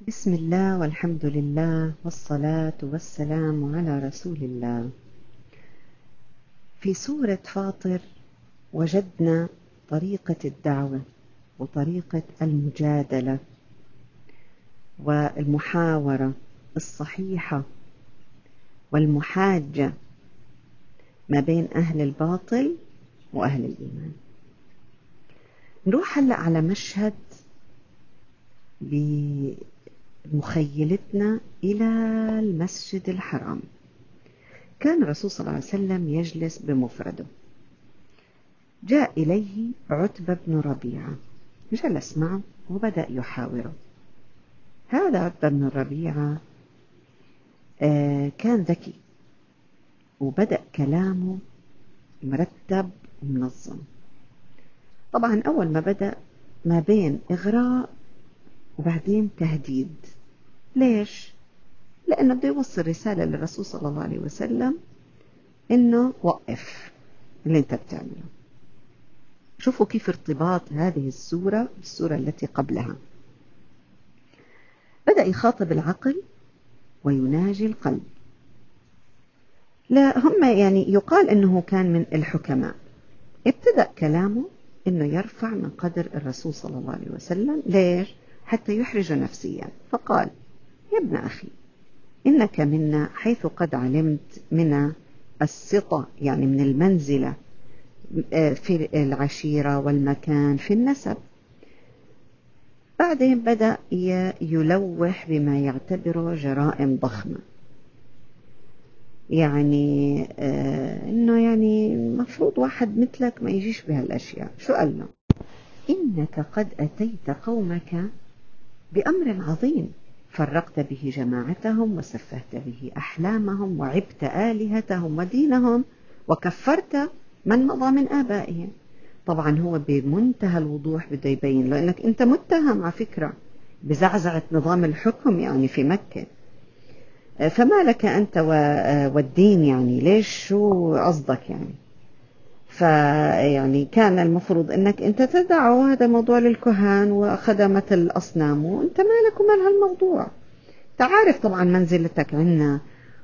بسم الله والحمد لله والصلاة والسلام على رسول الله. في سورة فاطر وجدنا طريقة الدعوة وطريقة المجادلة والمحاورة الصحيحة والمحاجة ما بين أهل الباطل وأهل الإيمان. نروح هلأ على مشهد بمخيلتنا إلى المسجد الحرام. كان الرسول صلى الله عليه وسلم يجلس بمفرده، جاء إليه عتبة بن ربيعة، جلس معه وبدأ يحاوره. هذا عتبة بن ربيعة كان ذكي، وبدأ كلامه مرتب ومنظم. طبعا أول ما بدأ ما بين إغراء وبعدين تهديد. ليش؟ لأنه بده يوصل رسالة للرسول صلى الله عليه وسلم إنه وقف اللي أنت بتعمله. شوفوا كيف ارتباط هذه السورة بالسورة التي قبلها. بدأ يخاطب العقل ويناجي القلب. لا هم يعني يقال إنه كان من الحكماء. ابتدأ كلامه إنه يرفع من قدر الرسول صلى الله عليه وسلم. ليش؟ حتى يحرج نفسيا. فقال: يا ابن أخي، إنك منا حيث قد علمت من السطة، يعني من المنزلة في العشيرة والمكان في النسب. بعدين بدأ يلوح بما يعتبره جرائم ضخمة، يعني إنه يعني مفروض واحد مثلك ما يجيش بهالأشياء. شو قال له؟ إنك قد أتيت قومك بأمر عظيم، فرقت به جماعتهم وسفهت به أحلامهم وعبت آلهتهم ودينهم وكفرت من مضى من آبائهم. طبعا هو بمنتهى الوضوح بده يبين له إنك أنت متهم على فكرة بزعزعة نظام الحكم يعني في مكة. فما لك أنت والدين، يعني ليش؟ شو قصدك يعني؟ فيعني كان المفروض أنك أنت تدعو هذا الموضوع للكهان وخدمة الأصنام، وأنت مالك ومال هالموضوع. تعرف طبعا منزلتك عنا.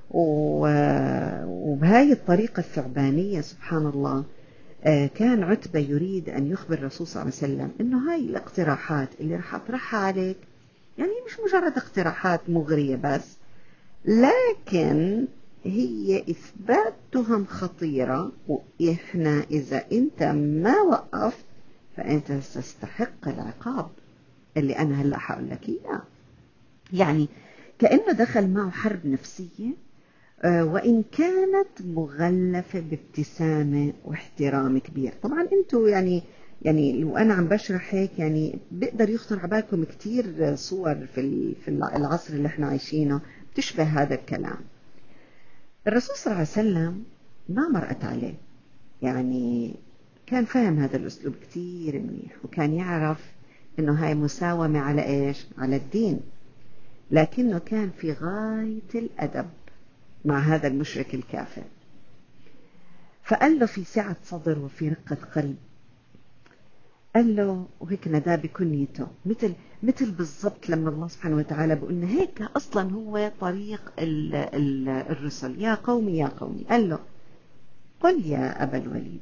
وبهاي الطريقة الثعبانية سبحان الله كان عتبة يريد أن يخبر الرسول صلى الله عليه وسلم أنه هاي الاقتراحات اللي رح أطرحها عليك يعني مش مجرد اقتراحات مغرية بس، لكن هي إثبات تهم خطيرة، وإحنا إذا أنت ما وقفت فأنت تستحق العقاب اللي أنا هلأ حقول لك إياه. يعني كأنه دخل معه حرب نفسية، وإن كانت مغلفة بابتسامة واحترام كبير. طبعا أنتوا يعني لو أنا عم بشرح هيك يعني بقدر يخطر على بالكم كتير صور في العصر اللي احنا عايشينه تشبه هذا الكلام. الرسول صلى الله عليه وسلم ما مرأت عليه، يعني كان فاهم هذا الأسلوب كتير منيح، وكان يعرف إنه هاي مساومة على إيش؟ على الدين. لكنه كان في غاية الأدب مع هذا المشرك الكافر. فقال له في سعة صدر وفي رقة قلب، قال له وهيك نداه بكنيته، مثل بالضبط لما الله سبحانه وتعالى بيقولنا هيك أصلا هو طريق الرسل. يا قومي يا قومي. قال له: قل يا أبا الوليد.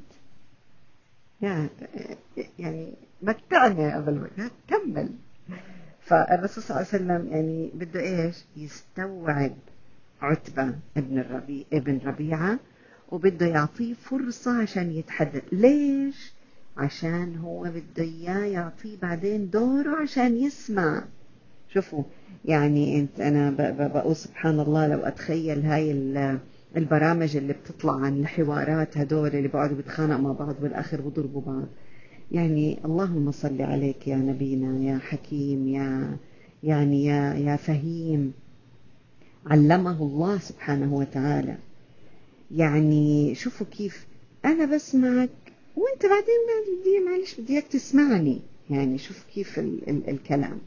يعني متعني يا أبا الوليد، كمل. فالرسول صلى الله عليه وسلم يعني بده إيش؟ يستوعب عتبة ابن ربيعة، وبده يعطيه فرصة عشان يتحدث. ليش؟ عشان هو بده إياه يعطيه بعدين دوره عشان يسمع. شوفوا يعني أنا بقول سبحان الله، لو أتخيل هاي البرامج اللي بتطلع عن الحوارات هدول اللي بقعدوا بيتخانقوا مع بعض بالآخر بضربوا بعض. يعني اللهم صل عليك يا نبينا يا حكيم يا فهيم، علمه الله سبحانه وتعالى. يعني شوفوا كيف أنا بسمعك وانت بعدين معلش بدي اياك تسمعني. يعني شوف كيف الكلام.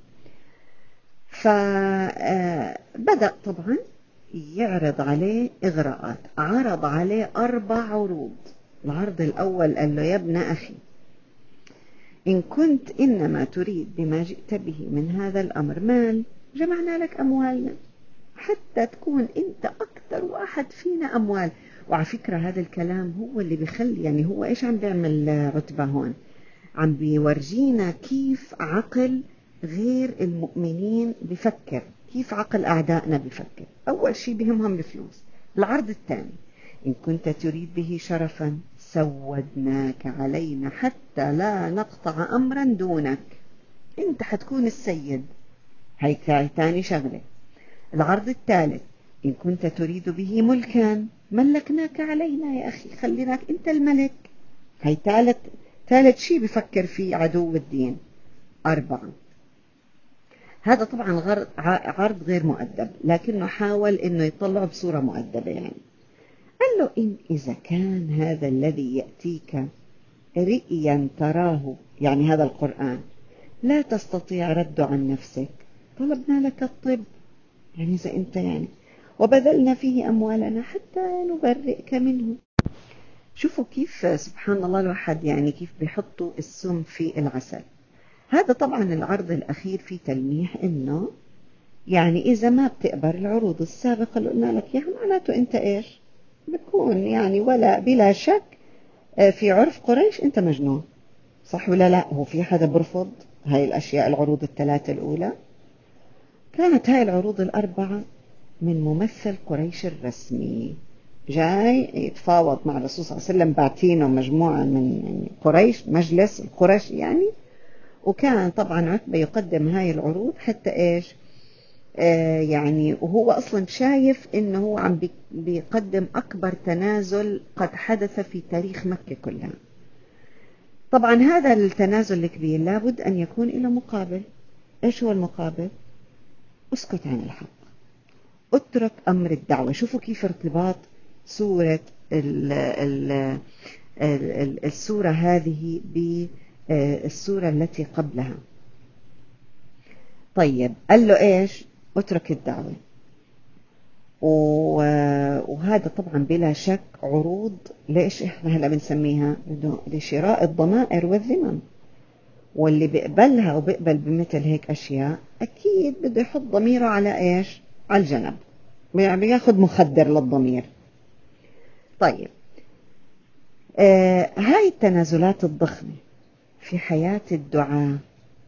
فبدأ طبعا يعرض عليه إغراءات. عرض عليه 4 عروض. العرض الأول قال له: يا ابن أخي، إن كنت إنما تريد بما جئت به من هذا الأمر مال، جمعنا لك أموالنا حتى تكون أنت أكثر واحد فينا أموال. وعلى فكرة هذا الكلام هو اللي بيخلي، يعني هو إيش عم بيعمل عتبة هون؟ عم بيورجينا كيف عقل غير المؤمنين بفكر، كيف عقل أعدائنا بفكر. أول شيء بهمهم الفلوس. العرض الثاني: إن كنت تريد به شرفا سودناك علينا حتى لا نقطع أمرا دونك. أنت حتكون السيد. هي ثاني شغلة. العرض الثالث: إن كنت تريد به ملكا ملكناك علينا يا أخي، خليناك أنت الملك. هي ثالث شيء بفكر فيه عدو الدين. 4. هذا طبعا عرض غير مؤدب، لكنه حاول انه يطلعه بصورة مؤدبة. يعني قال له: إذا كان هذا الذي يأتيك رئيا تراه، يعني هذا القرآن، لا تستطيع رده عن نفسك، طلبنا لك الطب، يعني إذا أنت يعني وبذلنا فيه أموالنا حتى نبرئك منه. شوفوا كيف سبحان الله الواحد يعني كيف بيحطوا السم في العسل. هذا طبعا العرض الأخير فيه تلميح إنه يعني إذا ما بتقبل العروض السابقة اللي قلنا لك إياها، معناته أنت إيش بتكون يعني ولا بلا شك في عرف قريش أنت مجنون. صح ولا لا؟ هو في حدا برفض هاي الأشياء؟ العروض الثلاثة الأولى كانت هاي العروض الأربعة من ممثل قريش الرسمي جاي يتفاوض مع الرسول صلى الله عليه وسلم، باعتينه مجموعة من قريش، مجلس القرش يعني. وكان طبعا عتبة يقدم هاي العروض حتى إيش يعني وهو أصلا شايف إنه هو عم بيقدم أكبر تنازل قد حدث في تاريخ مكة كلها. طبعا هذا التنازل الكبير لابد أن يكون له مقابل. إيش هو المقابل؟ اسكت عن الحق، اترك أمر الدعوة. شوفوا كيف ارتباط سورة السورة هذه بالسورة التي قبلها. طيب قال له إيش؟ اترك الدعوة. وهذا طبعا بلا شك عروض. ليش احنا هلا بنسميها لشراء الضمائر والذمم، واللي بيقبلها وبيقبل بمثل هيك اشياء اكيد بده يحط ضميره على ايش؟ على الجنب، بياخذ مخدر للضمير. طيب هاي التنازلات الضخمة في حياة الدعاة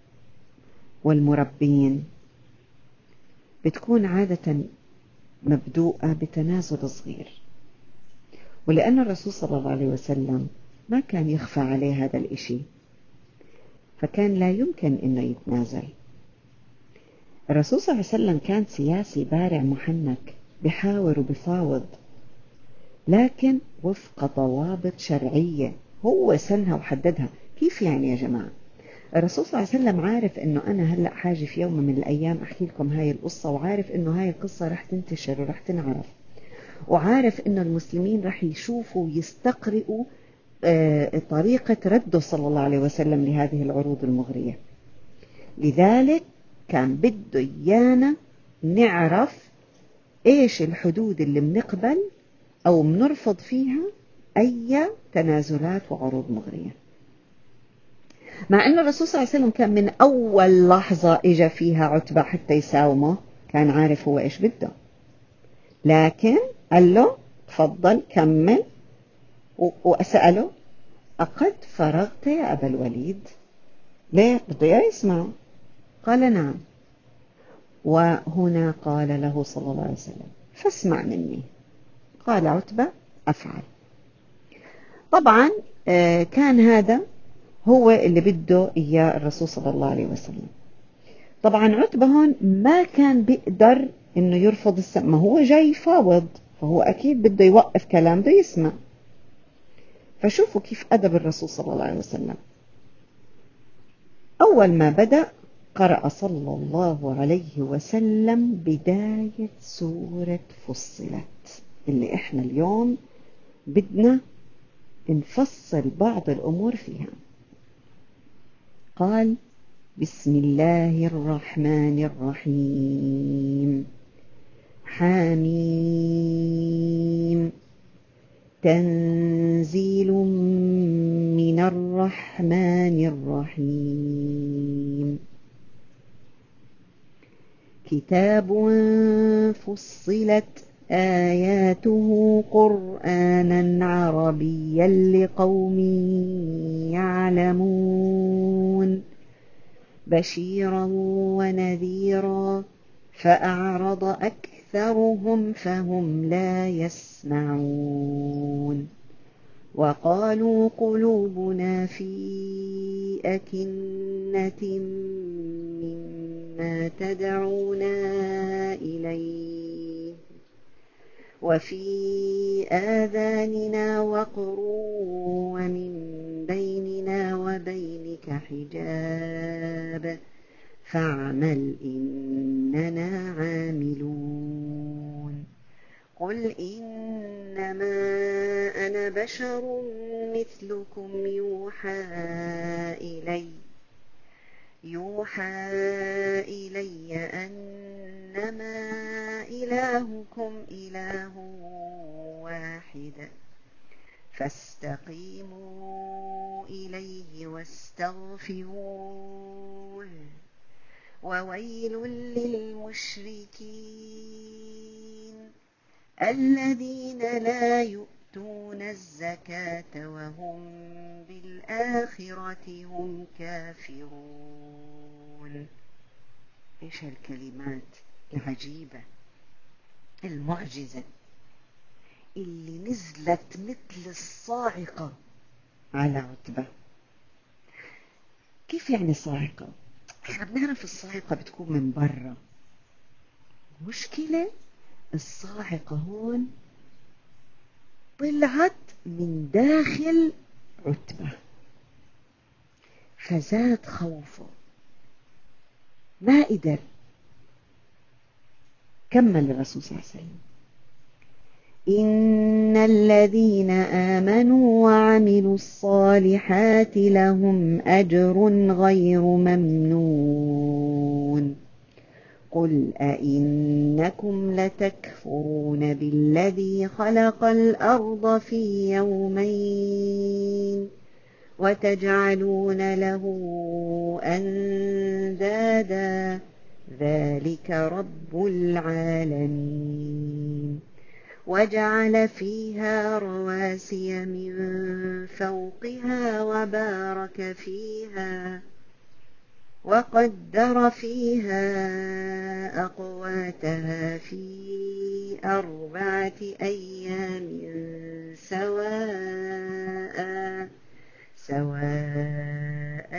والمربين بتكون عادة مبدوءة بتنازل صغير. ولأن الرسول صلى الله عليه وسلم ما كان يخفى عليه هذا الإشي، فكان لا يمكن أنه يتنازل. الرسول صلى الله عليه وسلم كان سياسي بارع محنك، بحاور وبفاوض، لكن وفق ضوابط شرعية هو سنها وحددها. كيف يعني يا جماعة؟ الرسول صلى الله عليه وسلم عارف أنه أنا هلأ حاجة في يوم من الأيام أحكي لكم هاي القصة، وعارف أنه هاي القصة رح تنتشر ورح تنعرف، وعارف أنه المسلمين رح يشوفوا ويستقرئوا طريقة رده صلى الله عليه وسلم لهذه العروض المغرية. لذلك كان بده إيانا نعرف إيش الحدود اللي بنقبل أو بنرفض فيها أي تنازلات وعروض مغرية. مع أن الرسول صلى الله عليه وسلم كان من أول لحظة إجا فيها عتبة حتى يساومه كان عارف هو إيش بده، لكن قال له تفضل كمل. وأسأله: أقد فرغت يا أبا الوليد؟ ليه بده يسمع؟ قال: نعم. وهنا قال له صلى الله عليه وسلم: فاسمع مني. قال عتبة: أفعل. طبعا كان هذا هو اللي بده إياه الرسول صلى الله عليه وسلم. طبعا عتبة هون ما كان بيقدر إنه يرفض السمع، ما هو جاي يفاوض، فهو أكيد بده يوقف كلام بده يسمع. فشوفوا كيف أدب الرسول صلى الله عليه وسلم. أول ما بدأ قرأ صلى الله عليه وسلم بداية سورة فصلت، اللي إحنا اليوم بدنا نفصل بعض الأمور فيها. قال: بسم الله الرحمن الرحيم، حميم، تنزيل من الرحمن الرحيم. كتاب فصلت آياته قرآنا عربيا لقوم يعلمون بشيرا ونذيرا فأعرض أكثرهم فهم لا يسمعون وقالوا قلوبنا في أكنة مما تدعونا إليه وفي آذاننا وقر ومن بيننا وبينك حجاب فاعمل إننا عاملون قل إنما أنا بشر مثلكم يوحى إلي أنما إلهكم إله واحد فاستقيموا إليه واستغفروه وويل للمشركين الذين لا يؤتون الزكاة وهم بالآخرة هم كافرون. إيش هالكلمات العجيبة المعجزة اللي نزلت مثل الصاعقة على عتبة. كيف يعني صاعقة؟ احنا بنعرف الصاعقة بتكون من برا، مشكلة الصاعقة هون طلعت من داخل عتبة فزاد خوفه، ما قدر. كمل الرسول صلى الله عليه وسلم إن الذين آمنوا وعملوا الصالحات لهم أجر غير ممنون قل أئنكم لتكفرون بالذي خلق الأرض في يومين وتجعلون له أندادا ذلك رب العالمين وجعل فيها رواسي من فوقها وبارك فيها وقدر فيها أقواتها في 4 أيام سواء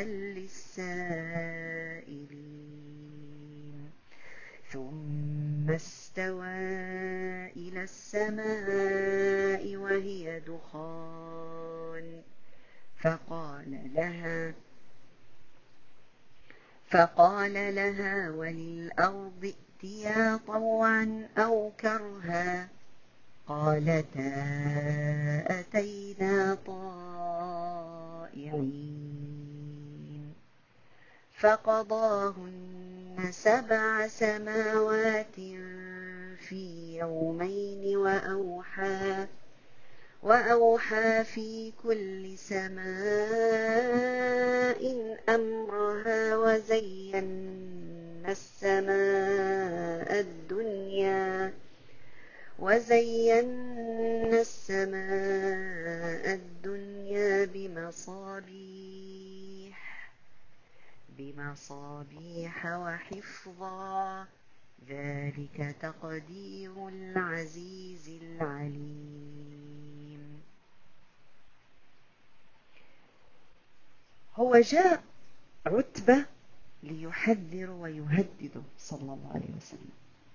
للسائلين ثم استوى إلى السماء وهي دخان فقال لها وللأرض ائتيا طوعا أو كرها قالتا أتينا طائعين فقضاهن 7 سماوات في يومين وأوحى في كل سماء أمرها وزينا السماء الدنيا بمصابيح وحفظا ذلك تقدير العزيز العليم. هو جاء عتبة ليحذر ويهدد صلى الله عليه وسلم.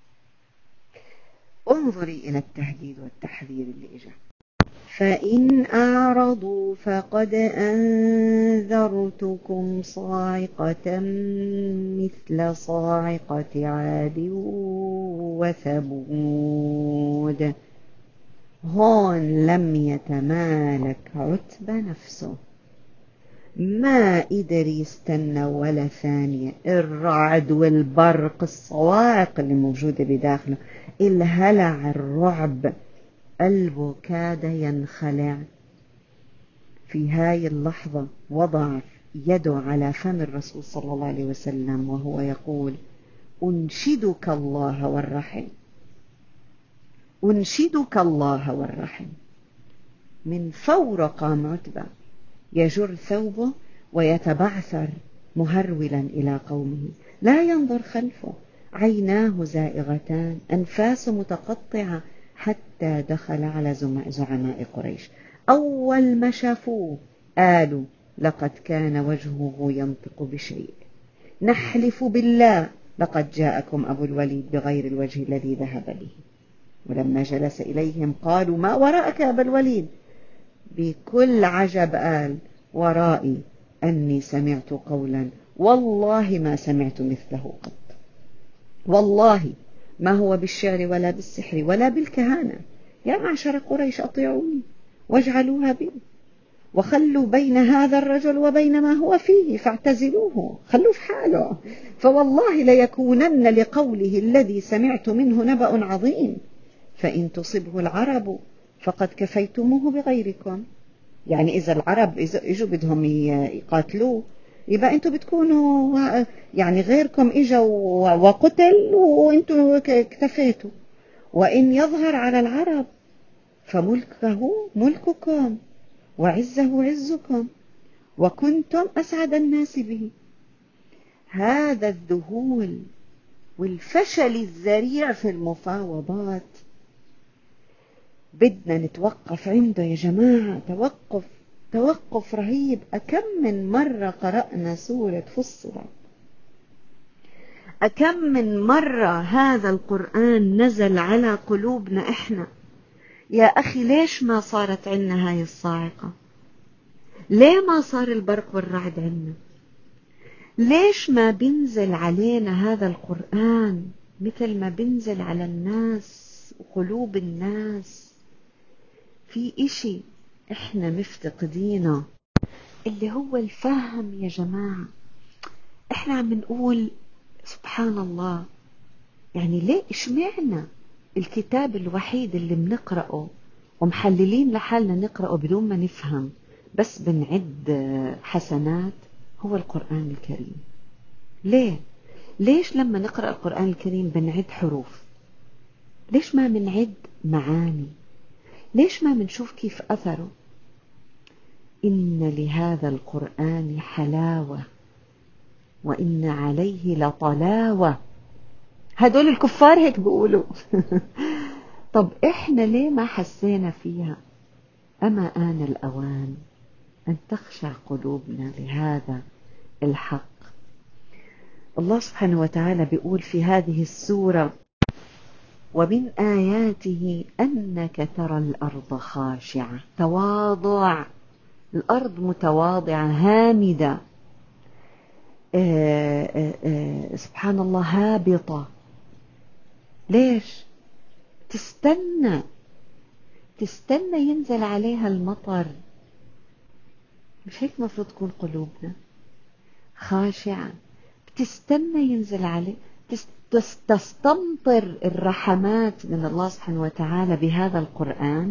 انظري إلى التهديد والتحذير اللي إجا. فإن أعرضوا فقد أنذرتكم صاعقة مثل صاعقة عاد وثمود. هون لم يتمالك عتبة نفسه، ما قدر يستنى ولا ثانية. الرعد والبرق الصواعق اللي موجودة بداخله، الهلع، الرعب، قلبه كاد ينخلع. في هاي اللحظة وضع يده على فم الرسول صلى الله عليه وسلم وهو يقول أنشدك الله والرحم، أنشدك الله والرحم. من فور قام عتبة يجر ثوبه ويتبعثر مهرولا إلى قومه، لا ينظر خلفه، عيناه زائغتان، أنفاس متقطعة، حتى دخل على زعماء قريش. أول ما شافوه قالوا لقد كان وجهه ينطق بشيء، نحلف بالله لقد جاءكم أبو الوليد بغير الوجه الذي ذهب به. ولما جلس إليهم قالوا ما وراءك أبا الوليد؟ بكل عجب قال ورائي أني سمعت قولا والله ما سمعت مثله قط، والله ما هو بالشعر ولا بالسحر ولا بالكهانة. يا معشر قريش أطيعوني واجعلوها بي، وخلوا بين هذا الرجل وبين ما هو فيه، فاعتزلوه، خلوا في حاله، فوالله ليكونن لقوله الذي سمعت منه نبأ عظيم، فإن تصبه العرب فقد كفيتموه بغيركم. يعني إذا العرب إجوا بدهم يقاتلوه، يبقى أنتوا بتكونوا يعني غيركم إجا وقتل وأنتوا اكتفيتوا. وإن يظهر على العرب فملكه ملككم وعزه عزكم، وكنتم أسعد الناس به. هذا الذهول والفشل الذريع في المفاوضات بدنا نتوقف عنده يا جماعة، توقف رهيب. أكم من مرة قرأنا سورة فصلت، أكم من مرة هذا القرآن نزل على قلوبنا إحنا. يا أخي ليش ما صارت عنا هاي الصاعقة؟ ليه ما صار البرق والرعد عنا؟ ليش ما بنزل علينا هذا القرآن مثل ما بنزل على الناس وقلوب الناس؟ في إشي إحنا مفتقدينه اللي هو الفهم يا جماعة. إحنا عم نقول سبحان الله، يعني ليه إشمعنا الكتاب الوحيد اللي بنقرأه ومحللين لحالنا نقرأه بدون ما نفهم، بس بنعد حسنات، هو القرآن الكريم؟ ليه؟ ليش لما نقرأ القرآن الكريم بنعد حروف؟ ليش ما بنعد معاني؟ ليش ما بنشوف كيف أثره؟ إن لهذا القرآن حلاوة وإن عليه لطلاوة. هدول الكفار هيك بيقولوا. طب إحنا ليه ما حسينا فيها؟ أما آن الأوان أن تخشع قلوبنا لهذا الحق. الله سبحانه وتعالى بيقول في هذه السورة ومن آياته أنك ترى الأرض خاشعة، تواضع، الأرض متواضعة هامدة، سبحان الله هابطة. ليش؟ تستنى ينزل عليها المطر. مش هيك مفروض تكون قلوبنا؟ خاشعة، بتستنى ينزل عليه، تستمطر الرحمات من الله سبحانه وتعالى بهذا القرآن.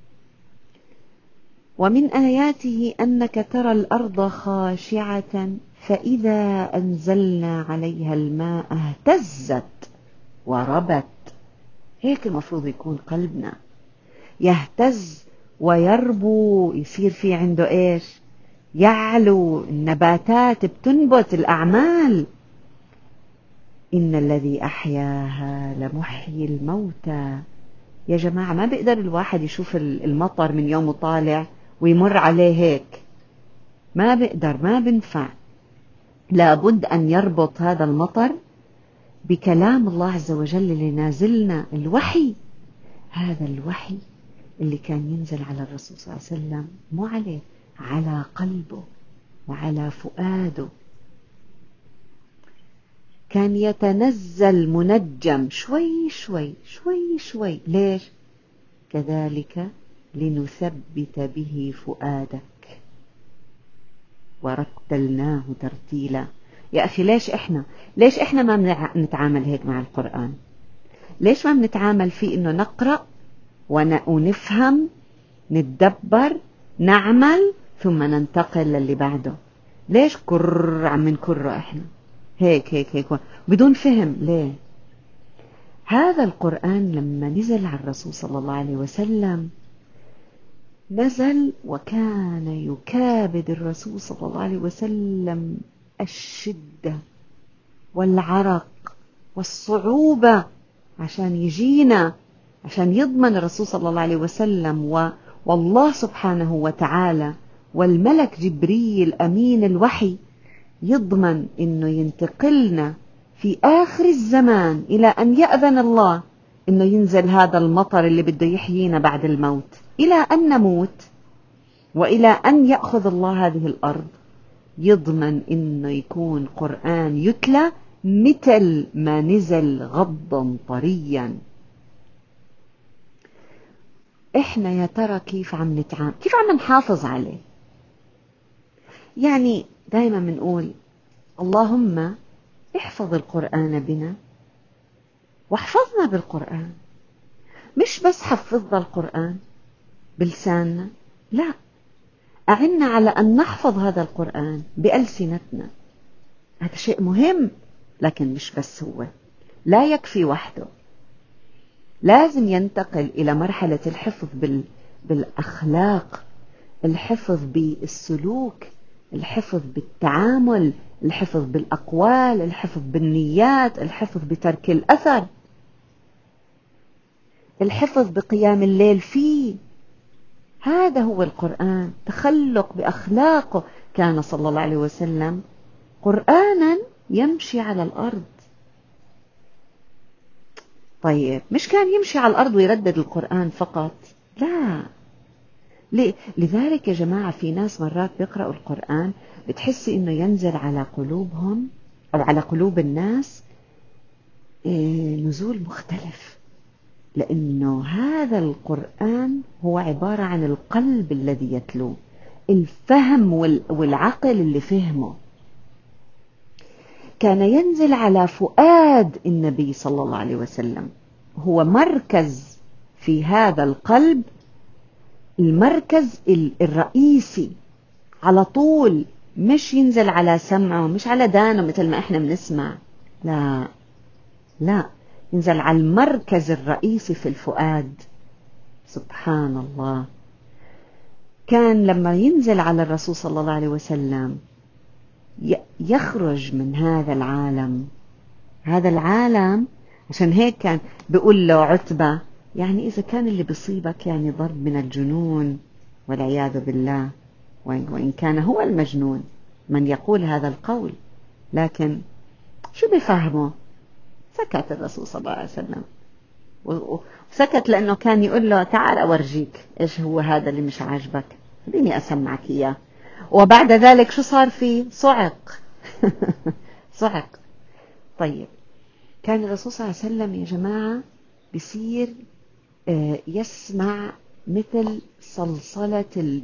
ومن آياته أنك ترى الأرض خاشعة فإذا أنزلنا عليها الماء اهتزت وربت. هيك المفروض يكون قلبنا، يهتز ويربو، يصير في عنده إيش؟ يعلو، النباتات بتنبت، الأعمال. إن الذي أحياها لمحيي الموتى. يا جماعة ما بيقدر الواحد يشوف المطر من يوم طالع ويمر عليه هيك، ما بيقدر، ما بنفع. لابد أن يربط هذا المطر بكلام الله عز وجل اللي نازلنا، الوحي. هذا الوحي اللي كان ينزل على الرسول صلى الله عليه وسلم، مو عليه، على قلبه وعلى فؤاده. كان يتنزل منجم شوي شوي شوي شوي. ليش؟ كذلك لنثبت به فؤادك ورتلناه ترتيلا. يا أخي ليش إحنا ما نتعامل هيك مع القرآن؟ ليش ما بنتعامل فيه إنه نقرأ ونفهم، نتدبر، نعمل، ثم ننتقل للي بعده؟ ليش عم نكره إحنا؟ هيك بدون فهم. ليه؟ هذا القرآن لما نزل على الرسول صلى الله عليه وسلم نزل وكان يكابد الرسول صلى الله عليه وسلم الشدة والعرق والصعوبة عشان يجينا، عشان يضمن الرسول صلى الله عليه وسلم والله سبحانه وتعالى والملك جبريل أمين الوحي يضمن إنه ينتقلنا في آخر الزمان إلى أن يأذن الله إنه ينزل هذا المطر اللي بده يحيينا بعد الموت، إلى أن نموت وإلى أن يأخذ الله هذه الأرض. يضمن إنه يكون قرآن يتلى مثل ما نزل غضا طريا. إحنا يا ترى كيف عم نتعامل، كيف عم نحافظ عليه؟ يعني دائما بنقول اللهم احفظ القرآن بنا واحفظنا بالقرآن. مش بس حفظنا القرآن بلساننا، لا، أعنا على أن نحفظ هذا القرآن بألسنتنا. هذا شيء مهم، لكن مش بس هو، لا يكفي وحده. لازم ينتقل إلى مرحلة الحفظ بالأخلاق، الحفظ بالسلوك، الحفظ بالتعامل، الحفظ بالأقوال، الحفظ بالنيات، الحفظ بترك الأثر، الحفظ بقيام الليل فيه. هذا هو القرآن، تخلق بأخلاقه. كان صلى الله عليه وسلم قرآنا يمشي على الأرض. طيب مش كان يمشي على الأرض ويردد القرآن فقط، لا. لذلك يا جماعة في ناس مرات بيقرأوا القرآن بتحسي إنه ينزل على قلوبهم أو على قلوب الناس نزول مختلف، لأنه هذا القرآن هو عبارة عن القلب الذي يتلوه، الفهم والعقل اللي فهمه. كان ينزل على فؤاد النبي صلى الله عليه وسلم، هو مركز في هذا القلب، المركز الرئيسي على طول. مش ينزل على سمعه، مش على دانه مثل ما احنا بنسمع، لا لا، ينزل على المركز الرئيسي في الفؤاد. سبحان الله. كان لما ينزل على الرسول صلى الله عليه وسلم يخرج من هذا العالم. عشان هيك كان بيقول له عتبة، يعني إذا كان اللي بيصيبك يعني ضرب من الجنون والعياذ بالله، وإن كان هو المجنون من يقول هذا القول، لكن شو بفهمه؟ سكت الرسول صلى الله عليه وسلم، وسكت لأنه كان يقول له تعال أورجيك إيش هو هذا اللي مش عاجبك، خليني أسمعك إياه. وبعد ذلك شو صار فيه؟ صعق. صعق. طيب كان الرسول صلى الله عليه وسلم يا جماعة بيصير يسمع مثل صلصلة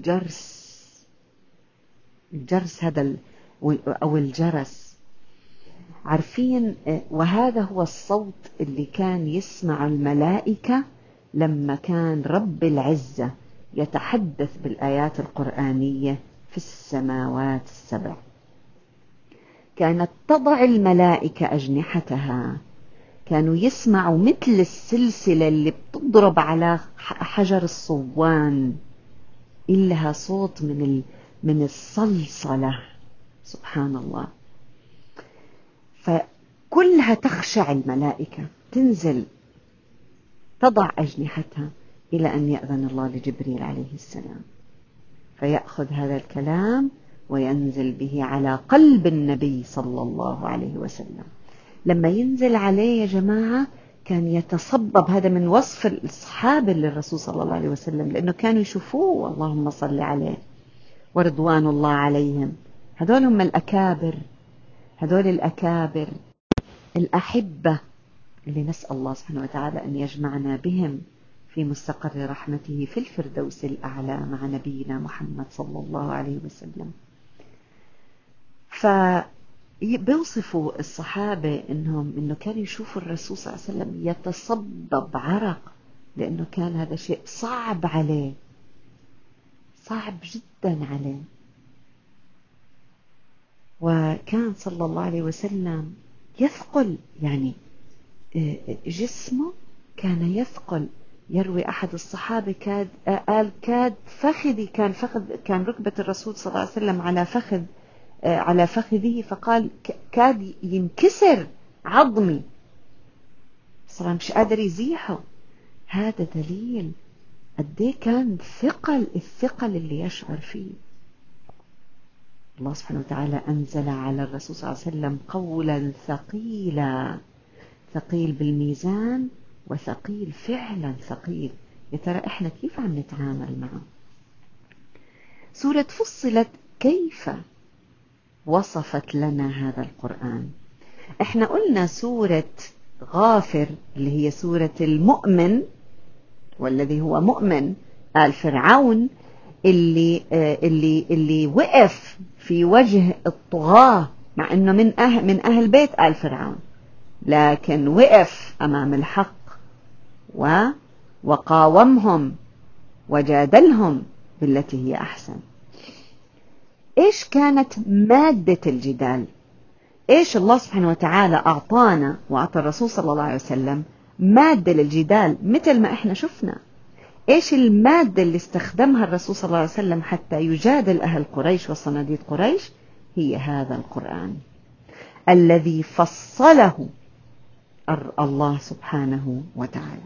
الجرس هذا أو الجرس، عارفين؟ وهذا هو الصوت اللي كان يسمع الملائكة لما كان رب العزة يتحدث بالآيات القرآنية في السماوات السبع. كانت تضع الملائكة أجنحتها، كانوا يسمعوا مثل السلسلة اللي بتضرب على حجر الصوان، إلها صوت من الصلصلة. سبحان الله. فكلها تخشع الملائكة، تنزل تضع أجنحتها إلى أن يأذن الله لجبريل عليه السلام، فيأخذ هذا الكلام وينزل به على قلب النبي صلى الله عليه وسلم. لما ينزل عليه يا جماعة كان يتصبب، هذا من وصف الصحابة للرسول صلى الله عليه وسلم، لأنه كانوا يشوفوه، اللهم صل عليه ورضوان الله عليهم. هذول هم الأكابر، هذول الأكابر الأحبة اللي نسأل الله سبحانه وتعالى أن يجمعنا بهم في مستقر رحمته في الفردوس الأعلى مع نبينا محمد صلى الله عليه وسلم. بيوصفوا الصحابة إنه كانوا يشوفوا الرسول صلى الله عليه وسلم يتصبب عرق، لأنه كان هذا شيء صعب عليه، صعب جدا عليه. وكان صلى الله عليه وسلم يثقل، يعني جسمه كان يثقل. يروي أحد الصحابة قال كاد فخذي، كان ركبة الرسول صلى الله عليه وسلم على فخذه، فقال كاد ينكسر عظمي، صار مش قادر يزيحه. هذا دليل قد ايه كان الثقل اللي يشعر فيه. الله سبحانه وتعالى أنزل على الرسول صلى الله عليه وسلم قولا ثقيلا، ثقيل بالميزان وثقيل فعلا ثقيل. يا ترى احنا كيف عم نتعامل معه؟ سورة فصلت كيف وصفت لنا هذا القرآن؟ احنا قلنا سورة غافر اللي هي سورة المؤمن، والذي هو مؤمن آل فرعون، اللي وقف في وجه الطغاة، مع انه من اهل بيت آل فرعون، لكن وقف امام الحق وقاومهم وجادلهم بالتي هي احسن. ايش كانت مادة الجدال؟ ايش الله سبحانه وتعالى اعطانا واعطى الرسول صلى الله عليه وسلم مادة للجدال؟ مثل ما احنا شفنا ايش المادة اللي استخدمها الرسول صلى الله عليه وسلم حتى يجادل اهل قريش وصناديد قريش؟ هي هذا القرآن الذي فصله الله سبحانه وتعالى.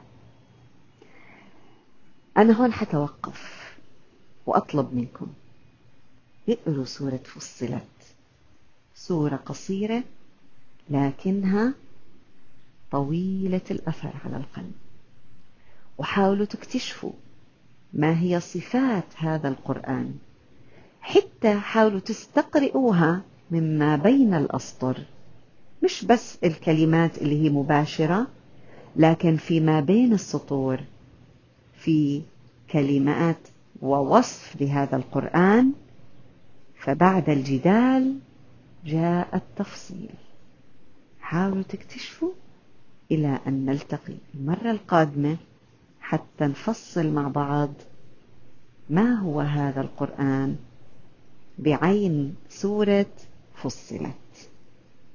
انا هون حتوقف واطلب منكم اقروا سورة فصلت، سورة قصيرة لكنها طويلة الأثر على القلب، وحاولوا تكتشفوا ما هي صفات هذا القرآن، حتى حاولوا تستقرئوها مما بين الأسطر، مش بس الكلمات اللي هي مباشرة، لكن فيما بين السطور في كلمات ووصف لهذا القرآن. فبعد الجدال جاء التفصيل. حاولوا تكتشفوا إلى أن نلتقي المرة القادمة حتى نفصل مع بعض ما هو هذا القرآن بعين سورة فصلت.